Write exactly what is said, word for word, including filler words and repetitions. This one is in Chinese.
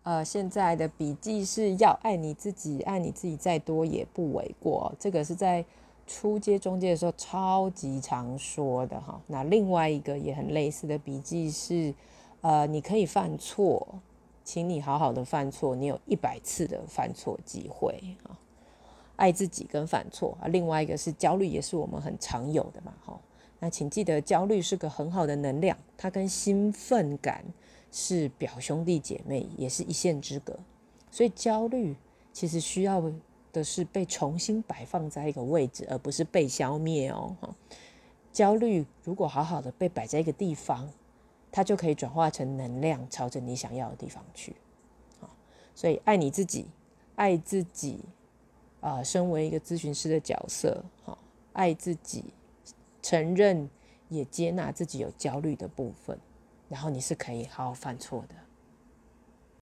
呃，现在的笔记是要爱你自己，爱你自己再多也不为过，这个是在初阶中阶的时候超级常说的哈。那另外一个也很类似的笔记是，呃，你可以犯错，请你好好的犯错，你有一百次的犯错机会啊。爱自己跟犯错啊，另外一个是焦虑，也是我们很常有的嘛哈。那请记得，焦虑是个很好的能量，它跟兴奋感是表兄弟姐妹，也是一线之隔。所以焦虑其实需要的是被重新摆放在一个位置，而不是被消灭哦。焦虑如果好好的被摆在一个地方，它就可以转化成能量，朝着你想要的地方去。所以爱你自己，爱自己，啊、呃，身为一个咨询师的角色，爱自己，承认也接纳自己有焦虑的部分，然后你是可以好好犯错的。